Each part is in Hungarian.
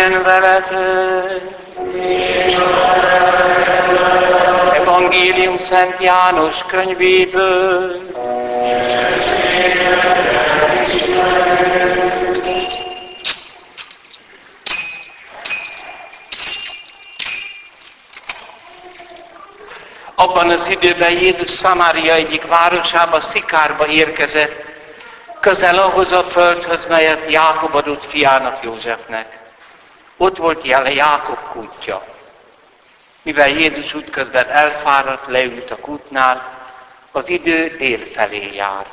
legyen veletek! Evangélium Szent János könyvéből. Abban az időben Jézus Szamária egyik városába, Szikárba érkezett, közel ahhoz a földhöz, melyet Jákob adott fiának, Józsefnek. Ott volt jelen Jákob kútja. Mivel Jézus útközben elfáradt, leült a kútnál, az idő dél felé járt.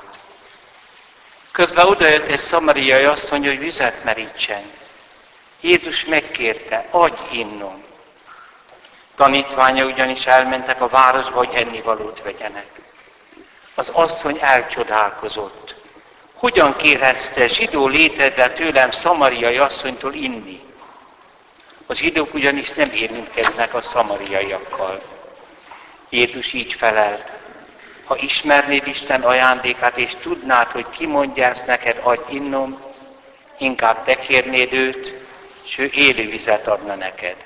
Közben odajött egy szamariai asszony, hogy vizet merítsen. Jézus megkérte, adj innom. Tanítványa ugyanis elmentek a városba, hogy ennivalót vegyenek. Az asszony elcsodálkozott. Hogyan kérhetsz te zsidó létedre tőlem szamariai asszonytól inni? A zsidók ugyanis nem érintkeznek a szamariaiakkal. Jézus így felelt. Ha ismernéd Isten ajándékát, és tudnád, hogy ki mondja ezt neked, adj innom, inkább te kérnéd őt, s ő élő vizet adna neked.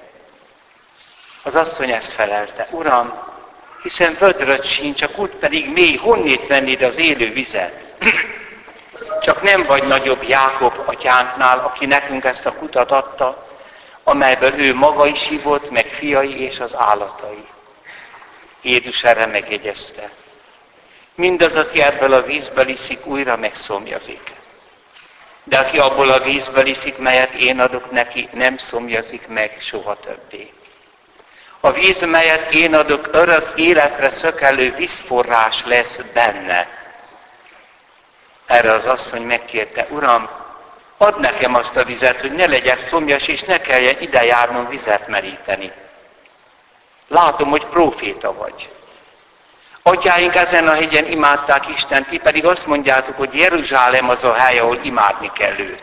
Az asszony ezt felelte, Uram, hiszen vödröd sincs, a kút pedig mély, honnét vennéd az élő vizet? Csak nem vagy nagyobb Jákob atyánknál, aki nekünk ezt a kutat adta, amelyből ő maga is ivott, meg fiai és az állatai. Jézus erre megjegyezte. Mindaz, aki ebből a vízből iszik, újra megszomjazik. De aki abból a vízből iszik, melyet én adok neki, nem szomjazik meg soha többé. A víz, melyet én adok, örök életre szökelő vízforrás lesz benne. Erre az asszony megkérte, Uram, add nekem azt a vizet, hogy ne legyek szomjas, és ne kelljen ide járnom vizet meríteni. Látom, hogy próféta vagy. Atyáink ezen a hegyen imádták Istent, ti pedig azt mondjátok, hogy Jeruzsálem az a hely, ahol imádni kell őt.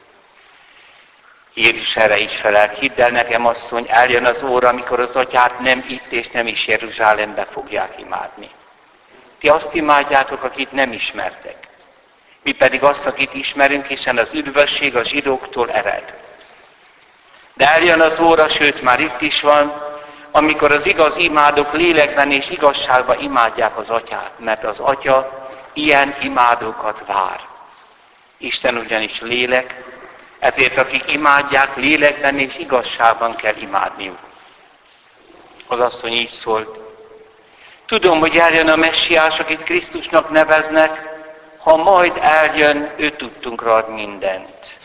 Jézus erre így felelt, hidd el nekem, asszony, eljön az óra, amikor az atyát nem itt és nem is Jeruzsálembe fogják imádni. Ti azt imádjátok, akit nem ismertek. Mi pedig azt, akit ismerünk, hiszen az üdvösség a zsidóktól ered. De eljön az óra, sőt már itt is van, amikor az igaz imádók lélekben és igazságban imádják az atyát, mert az atya ilyen imádókat vár. Isten ugyanis lélek, ezért akik imádják, lélekben és igazságban kell imádniuk. Az asszony így szólt. Tudom, hogy eljön a messiás, akit Krisztusnak neveznek, ha majd eljön, ő tudtunkra ad mindent.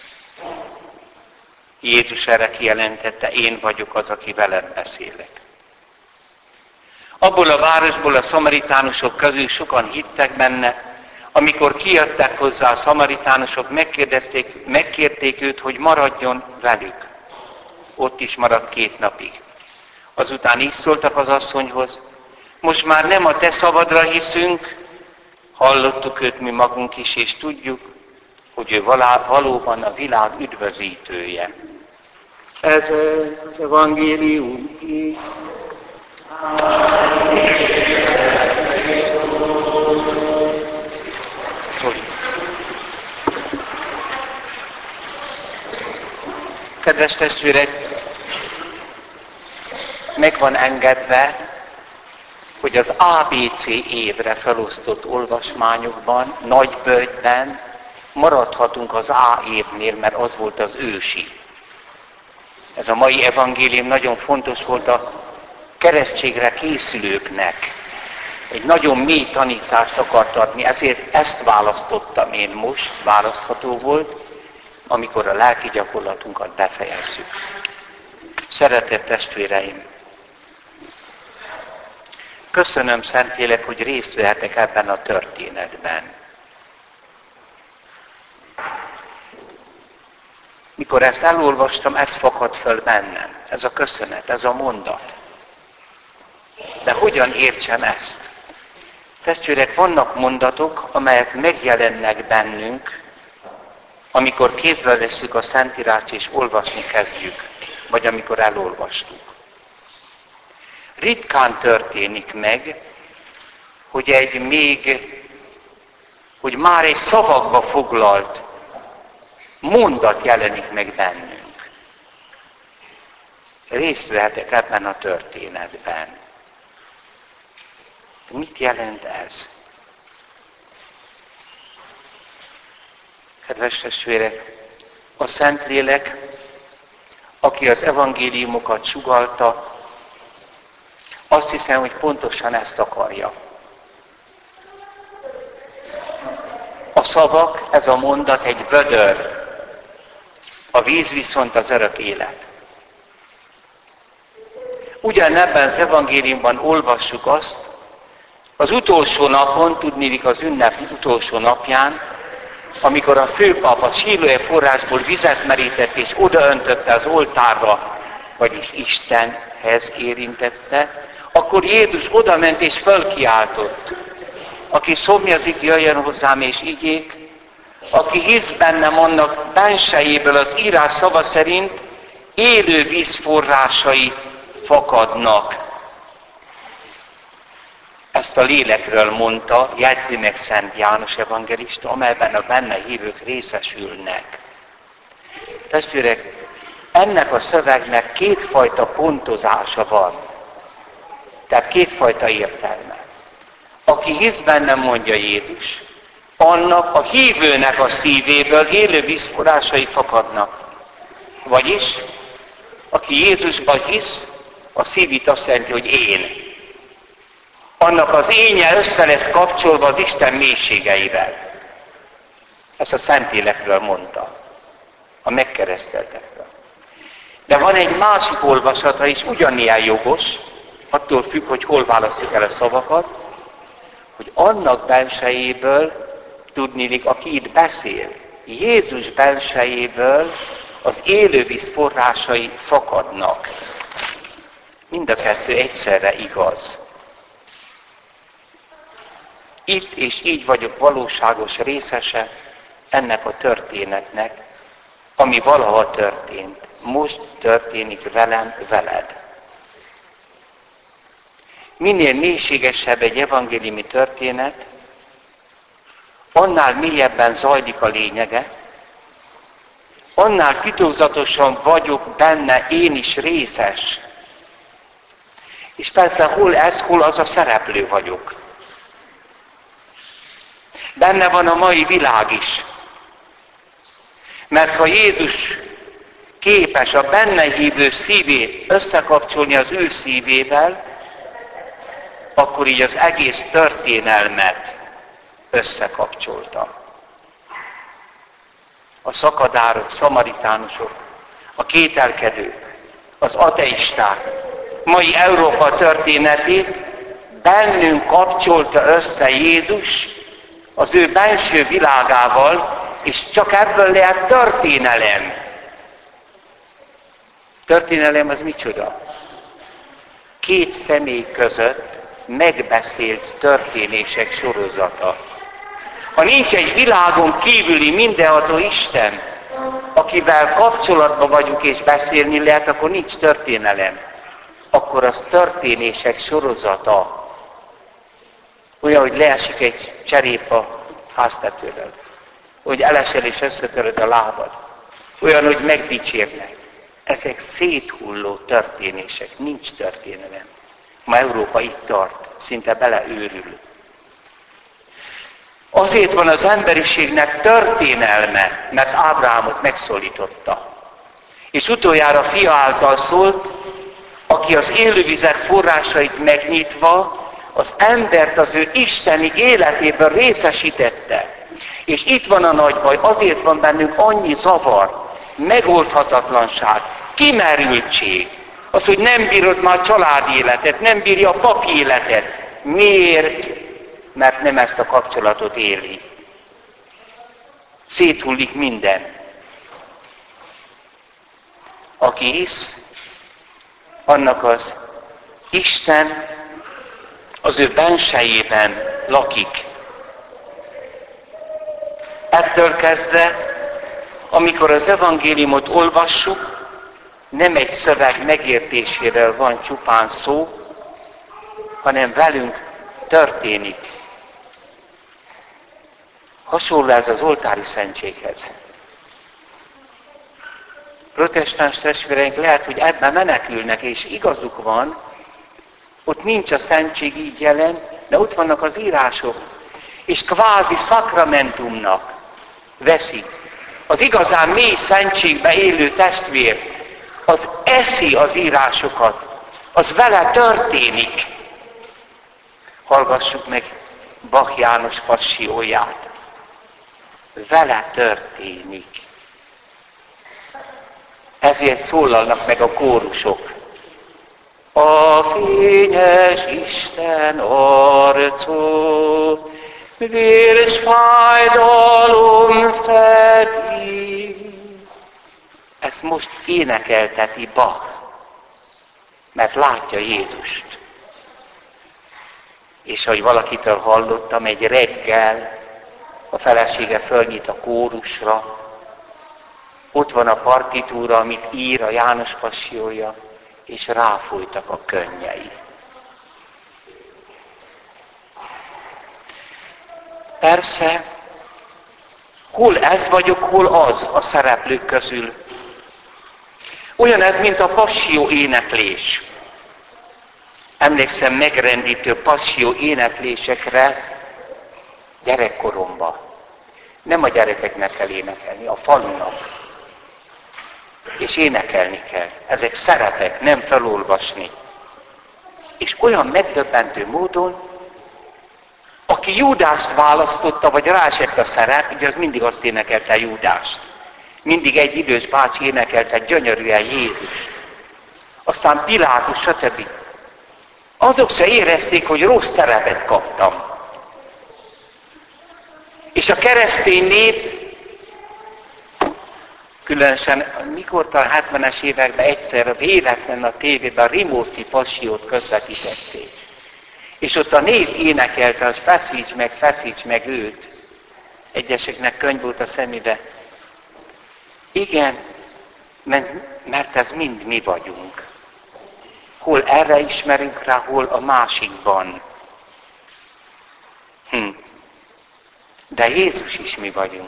Jézus erre kijelentette, én vagyok az, aki veled beszélek. Abból a városból a szamaritánusok közül sokan hittek benne, amikor kijöttek hozzá a szamaritánusok, megkérték őt, hogy maradjon velük. Ott is maradt 2 napig. Azután így szóltak az asszonyhoz, most már nem a te szavadra hiszünk, hallottuk őt mi magunk is, és tudjuk, hogy ő valóban a világ üdvözítője. Ez az evangélium. Kedves testvérek, meg van engedve, hogy az ABC évre felosztott olvasmányokban, nagybölgyben maradhatunk az A évnél, mert az volt az ősi. Ez a mai evangélium nagyon fontos volt a keresztségre készülőknek. Egy nagyon mély tanítást akart adni, ezért ezt választottam én most, választható volt, amikor a lelki gyakorlatunkat befejezzük. Szeretett testvéreim! Köszönöm, Szentlélek, hogy részt vehetek ebben a történetben. Mikor ezt elolvastam, ez fakadt föl bennem. Ez a köszönet, ez a mondat. De hogyan értsem ezt? Testvérek, vannak mondatok, amelyek megjelennek bennünk, amikor kézbe vesszük a Szentírást és olvasni kezdjük, vagy amikor elolvastuk. Ritkán történik meg, hogy már egy szavakba foglalt mondat jelenik meg bennünk. részt vehetek ebben a történetben. Mit jelent ez? Kedves testvérek, a Szentlélek, aki az evangéliumokat sugallta, azt hiszem, hogy pontosan ezt akarja. A szavak, ez a mondat egy vödör, a víz viszont az örök élet. Ugyanebben az evangéliumban olvassuk azt, az utolsó napon, tudniillik az ünnep utolsó napján, amikor a főpap a Síloé forrásból vizet merített és odaöntötte az oltárra, vagyis Istenhez érintette, akkor Jézus odament és fölkiáltott. Aki szomjazik, jöjjön hozzám és igyék, aki hisz bennem, annak bensejéből az írás szava szerint élő vízforrásai fakadnak. Ezt a lélekről mondta, jegyzi meg Szent János evangélista, amelyben a benne hívők részesülnek. Testvérek, ennek a szövegnek kétfajta pontozása van. Tehát kétfajta értelme. Aki hisz bennem, mondja Jézus, annak a hívőnek a szívéből élő vízforrásai fakadnak. Vagyis, aki Jézusban hisz, a szívét azt jelenti, hogy én. Annak az énje össze lesz kapcsolva az Isten mélységeivel. Ezt a Szentlélekről mondta, a megkereszteltekről. De van egy másik olvasata is, ugyanilyen jogos, attól függ, hogy hol választjuk el a szavakat, hogy annak bensejéből, tudniillik, aki itt beszél, Jézus bensejéből az élővíz forrásai fakadnak. Mind a kettő egyszerre igaz. Itt és így vagyok valóságos részese ennek a történetnek, ami valaha történt. Most történik velem, veled. Minél mélységesebb egy evangéliumi történet, annál mélyebben zajlik a lényege, annál titokzatosan vagyok benne én is részes. És persze hol ez, hol az a szereplő vagyok. Benne van a mai világ is. Mert ha Jézus képes a benne hívő szívét összekapcsolni az ő szívével, akkor így az egész történelmet összekapcsolta. A szakadárok, szamaritánusok, a kételkedők, az ateisták, mai Európa történetét bennünk kapcsolta össze Jézus az ő benső világával, és csak ebből lehet történelem. Történelem az micsoda? Két személy között megbeszélt történések sorozata. Ha nincs egy világon kívüli mindenható Isten, akivel kapcsolatban vagyunk és beszélni lehet, akkor nincs történelem. Akkor az történések sorozata. Olyan, hogy leesik egy cserép a háztetőről. Hogy elesel és összetöröd a lábad. Olyan, hogy megdicsérnek. Ezek széthulló történések. Nincs történelem. Ma Európa itt tart. Szinte beleőrül. Azért van az emberiségnek történelme, mert Ábrahámot megszólította. És utoljára fia által szólt, aki az élővizek forrásait megnyitva, az embert az ő isteni életéből részesítette. És itt van a nagy baj, azért van bennünk annyi zavar, megoldhatatlanság, kimerültség. Az, hogy nem bírod már a családi életet, nem bírja a papi életet. Miért? Mert nem ezt a kapcsolatot éli. Széthullik minden. Aki hisz, annak az Isten az ő bensejében lakik. Ettől kezdve, amikor az evangéliumot olvassuk, nem egy szöveg megértéséről van csupán szó, hanem velünk történik. Hasonló ez az oltári szentséghez. protestáns testvéreink lehet, hogy ebben menekülnek, és igazuk van, ott nincs a szentség így jelen, de ott vannak az írások, és kvázi szakramentumnak veszi. Az igazán mély szentségbe élő testvér, az eszi az írásokat, az vele történik. Hallgassuk meg Bach János passióját. Vele történik. Ezért szólalnak meg a kórusok. A fényes Isten arcú, véres fájdalom fedi. Ezt most énekelteti Bach, mert látja Jézust. És ahogy valakitől hallottam, egy reggel a felesége fölnyit a kórusra, ott van a partitúra, amit ír a János passiója, és ráfújtak a könnyei. Persze, hol ez vagyok, hol az a szereplők közül. Olyan ez, mint a passió éneklés. Emlékszem megrendítő passió éneklésekre gyerekkoromban. Nem a gyerekeknek kell énekelni, a falunak. És énekelni kell. Ezek szerepek, nem felolvasni. És olyan megdöbbentő módon, aki Júdást választotta, vagy ráesett a szerep, ugye az mindig azt énekelte Júdást. Mindig egy idős bácsi énekelte gyönyörűen Jézust. Aztán Pilátus, stb. Azok se érezték, hogy rossz szerepet kaptam. És a keresztény nép, különösen mikor talán 70-es években egyszer véletlen a tévében a Rimóci passiót közvetítették. És ott a nép énekelte, hogy feszíts meg őt. Egyeseknek könyv volt a szemébe. Igen, mert ez mind mi vagyunk. Hol erre ismerünk rá, hol a másikban. De Jézus is mi vagyunk.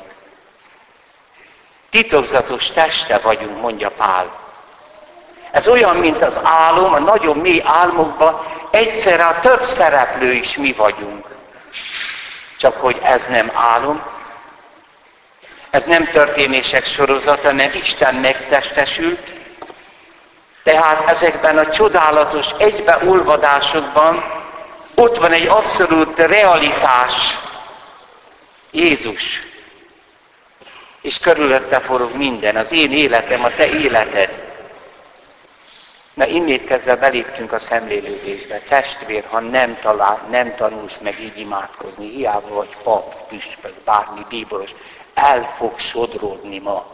Titokzatos teste vagyunk, mondja Pál. Ez olyan, mint az álom, a nagyon mély álmokban egyszerre a több szereplő is mi vagyunk. Csak hogy ez nem álom, ez nem történések sorozata, hanem Isten megtestesült. Tehát ezekben a csodálatos egybeolvadásokban ott van egy abszolút realitás, Jézus. És körülötte forog minden, az én életem, a te életed. Na innét kezdve beléptünk a szemlélődésbe. Testvér, ha nem tanulsz meg így imádkozni, hiába vagy pap, püspök, bármi bíboros, el fog sodródni ma.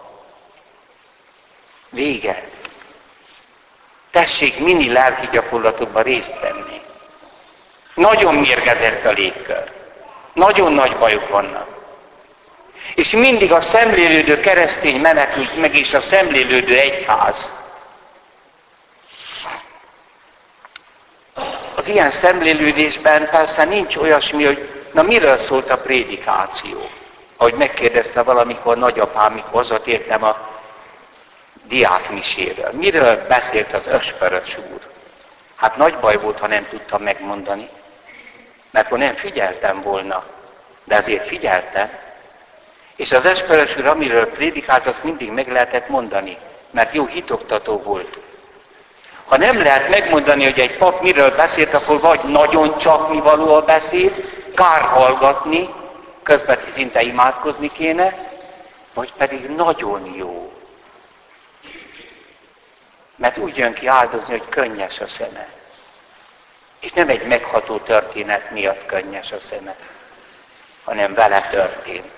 Vége. Tessék mini lelki gyakorlatokban részt venni. Nagyon mérgezett a légkör. Nagyon nagy bajok vannak. És mindig a szemlélődő keresztény menekült meg, és a szemlélődő egyház. Az ilyen szemlélődésben persze nincs olyasmi, hogy na miről szólt a prédikáció. Ahogy megkérdezte valamikor nagyapám, mikor hazatértem a diákmiséről. Miről beszélt az Öspörös úr? Hát nagy baj volt, ha nem tudtam megmondani. Mert akkor nem figyeltem volna. De azért figyeltem. És az Öspörös úr, amiről prédikált, azt mindig meg lehetett mondani. Mert jó hitoktató volt. Ha nem lehet megmondani, hogy egy pap miről beszélt, akkor vagy nagyon csapnivaló a beszéd, kár hallgatni, közben szinte imádkozni kéne, vagy pedig nagyon jó. Mert úgy jön ki áldozni, hogy könnyes a szeme. És nem egy megható történet miatt könnyes a szeme, hanem vele történt.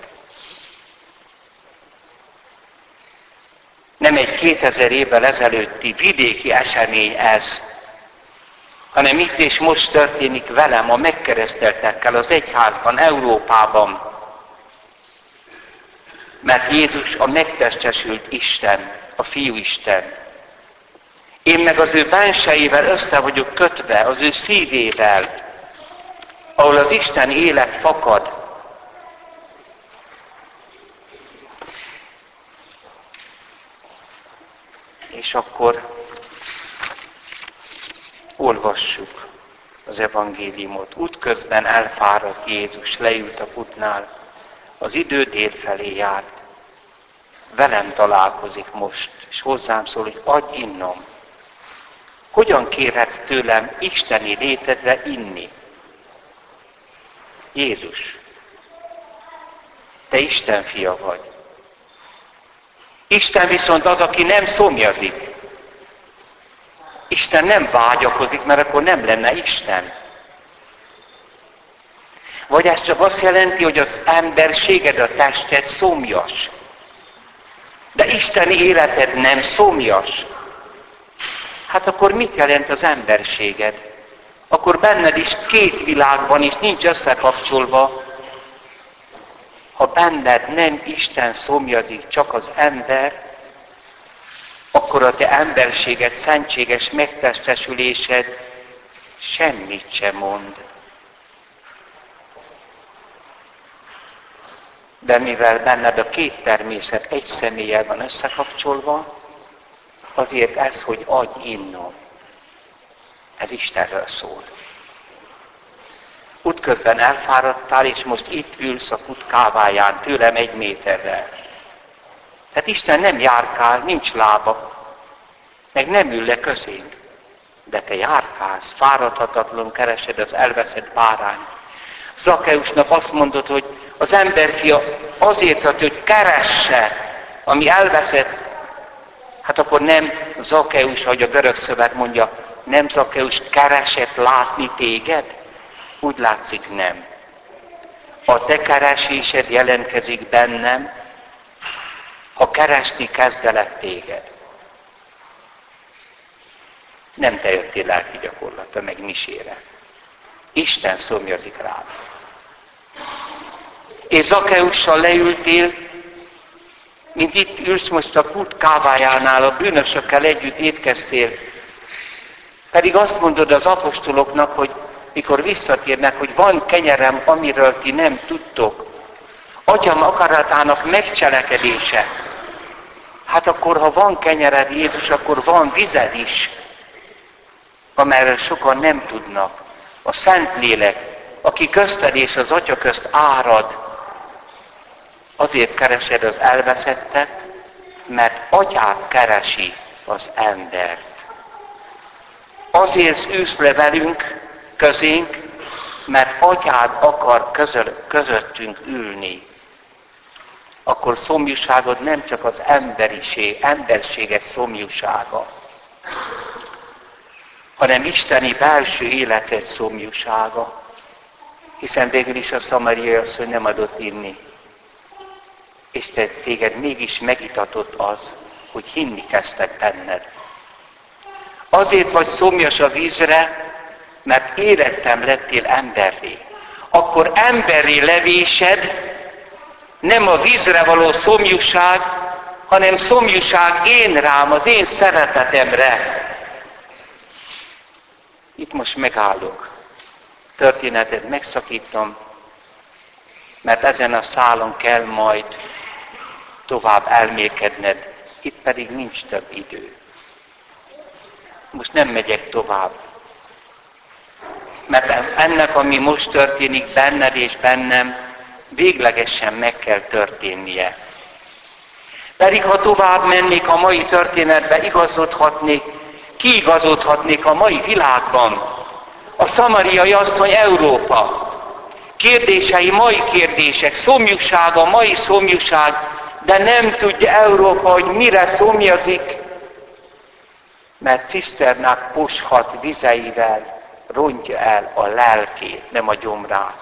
Nem egy 2000 évvel ezelőtti vidéki esemény ez, hanem itt és most történik velem, a megkereszteltekkel, az egyházban, Európában. Mert Jézus a megtestesült Isten, a Fiú Isten. Én meg az ő bensejével össze vagyok kötve, az ő szívével, ahol az Isten élet fakad. És akkor olvassuk az evangéliumot. Útközben elfáradt Jézus, leült a kútnál, az idő dél felé járt. Velem találkozik most, és hozzám szól, hogy adj innom. Hogyan kérhetsz tőlem isteni létedre inni? Jézus, te Isten fia vagy. Isten viszont az, aki nem szomjazik. Isten nem vágyakozik, mert akkor nem lenne Isten. Vagy ez csak azt jelenti, hogy az emberséged, a tested szomjas. De isteni életed nem szomjas. Hát akkor mit jelent az emberséged? Akkor benned is két világ van, és nincs összekapcsolva. Ha benned nem Isten szomjazik, csak az ember, akkor a te emberséged, szentséges megtestesülésed semmit sem mond. De mivel benned a két természet egy személlyel van összekapcsolva, azért ez, hogy adj innom, ez Istenről szól. Útközben elfáradtál, és most itt ülsz a kút káváján, tőlem 1 méterrel. Tehát Isten nem járkál, nincs lába, meg nem ül le közénk. De te járkálsz, fáradhatatlanul keresed az elveszett bárányt. Zakkeusnak azt mondod, hogy az emberfia azért ad, hogy keresse, ami elveszett. Hát akkor nem Zakkeus, ahogy a görög szöveg mondja, nem Zakkeus keresett látni téged? Úgy látszik, nem. A te keresésed jelentkezik bennem, ha keresni kezdelek téged. Nem te jöttél lelki gyakorlatra, meg misére. Isten szomjazik rád. És Zakkeussal leültél, mint itt ülsz most a kút kávájánál, a bűnösökkel együtt étkeztél. Pedig azt mondod az apostoloknak, hogy mikor visszatérnek, hogy van kenyerem, amiről ti nem tudtok. Atyám akaratának megcselekedése. Hát akkor, ha van kenyered, Jézus, akkor van vized is, amelyről sokan nem tudnak. A Szentlélek, aki közted és az Atya közt árad, azért keresed az elveszettet, mert Atyát keresi az embert. Azért ülsz le velünk, közénk, mert Atyád akar közöttünk ülni. Akkor szomjúságod nem csak az emberséges szomjúsága, hanem isteni belső életed szomjúsága. Hiszen végül is a szamariai asszony nem adott inni. És téged mégis megitatott az, hogy hinni kezdtek benned. Azért vagy szomjas a vízre, mert érettem lettél emberré. Akkor emberré levésed nem a vízre való szomjúság, hanem szomjúság én rám, az én szeretetemre. Itt most megállok. Történetet megszakítom, mert ezen a szálon kell majd tovább elmélkedned. Itt pedig nincs több idő. Most nem megyek tovább. Mert ennek, ami most történik benned és bennem, véglegesen meg kell történnie. Pedig ha tovább mennék a mai történetbe, kiigazodhatnék a mai világban. A szamariai asszony Európa. Kérdései mai kérdések, szomjúsága mai szomjúság, de nem tudja Európa, hogy mire szomjazik, mert ciszternák poshat vizeivel rontja el a lelkét, nem a gyomrát.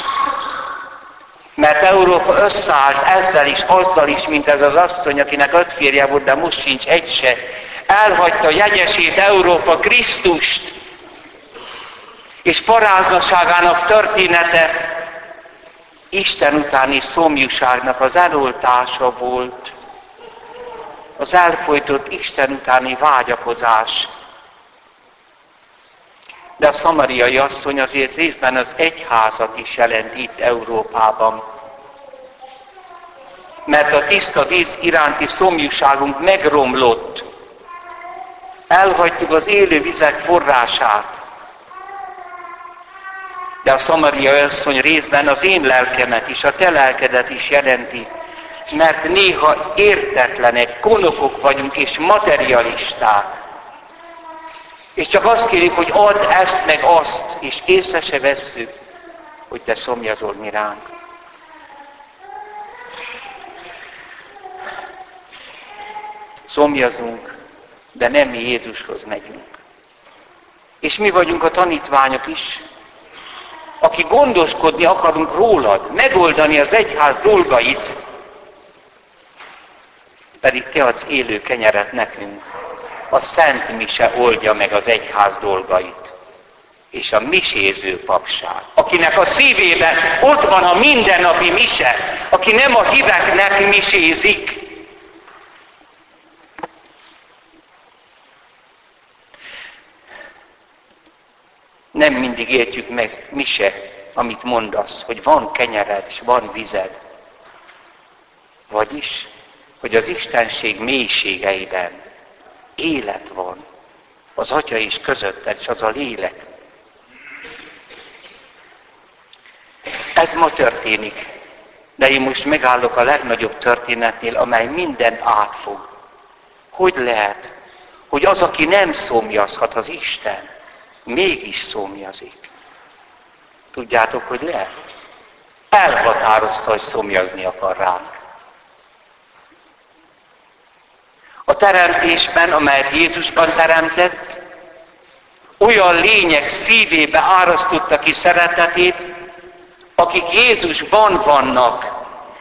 Mert Európa összeállt ezzel is, azzal is, mint ez az asszony, akinek 5 férje volt, de most sincs egy se. Elhagyta jegyesét Európa Krisztust, és paráznaságának története Isten utáni szomjúságnak az eloltása volt. Az elfojtott Isten utáni vágyakozás. De a szamariai asszony azért részben az egyházat is jelent itt Európában. Mert a tiszta víz iránti szomjúságunk megromlott. Elhagytuk az élő vizek forrását. De a szamariai asszony részben az én lelkemet is, a te lelkedet is jelenti, mert néha értetlenek, konokok vagyunk és materialisták. És csak azt kérjük, hogy add ezt meg azt, és észre se vesszük, hogy te szomjazol mi ránk. Szomjazunk, de nem mi Jézushoz megyünk. És mi vagyunk a tanítványok is, akik gondoskodni akarunk rólad, megoldani az egyház dolgait, pedig te adsz élő kenyeret nekünk. A Szent Mise oldja meg az egyház dolgait. És a miséző papság, akinek a szívében ott van a mindennapi mise, aki nem a híveknek misézik. Nem mindig értjük meg, mise, amit mondasz, hogy van kenyered és van vized. Vagyis, hogy az Istenség mélységeiben élet van. Az Atya is közötted, és az a lélek. Ez ma történik. De én most megállok a legnagyobb történetnél, amely mindent átfog. Hogy lehet, hogy az, aki nem szomjazhat, az Isten, mégis szomjazik? Tudjátok, hogy lehet? Elhatározta, hogy szomjazni akar ránk. A teremtésben, amelyet Jézusban teremtett, olyan lények szívébe árasztotta ki szeretetét, akik Jézusban vannak.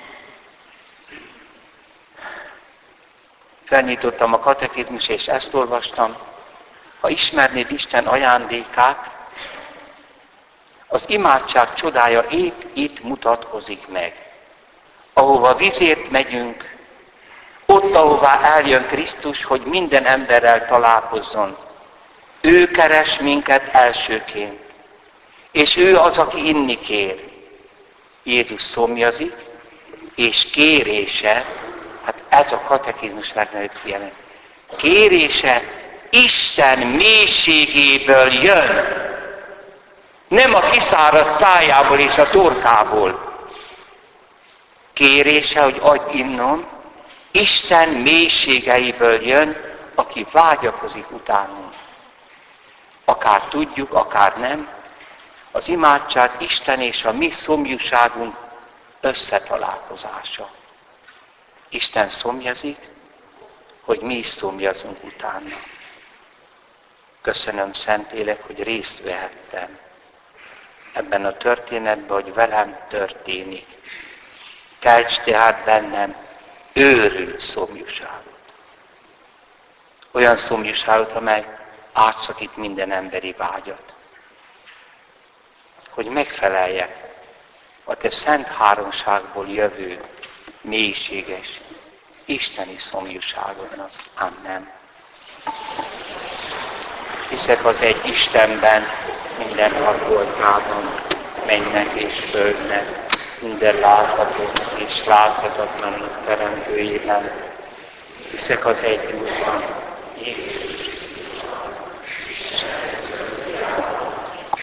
Felnyitottam a katekizmus, és ezt olvastam. Ha ismernéd Isten ajándékát, az imádság csodája épp itt mutatkozik meg. Ahova vízért megyünk, ott, ahová eljön Krisztus, hogy minden emberrel találkozzon. Ő keres minket elsőként. És ő az, aki inni kér. Jézus szomjazik, és kérése, hát ez a katekizmus legnagyobb jelent. Kérése Isten mélységéből jön. Nem a kiszáradt szájából és a torkából. Kérése, hogy adj innom, Isten mélységeiből jön, aki vágyakozik utánunk. Akár tudjuk, akár nem, az imádság Isten és a mi szomjúságunk összetalálkozása. Isten szomjazik, hogy mi is szomjazunk utána. Köszönöm, Szentlélek, hogy részt vehettem ebben a történetben, hogy velem történik. Kelts tehát bennem őrült szomjúságot. Olyan szomjúságot, amely átszakít minden emberi vágyat. Hogy megfeleljek a te szent háromságból jövő, mélységes, isteni szomjúságodnak. Amen. Hiszek az egy Istenben, minden hatóanyában, mennek és földnek, minden látható és láthatatlannak teremtőjében. Hiszek az egy Úrban, Jézus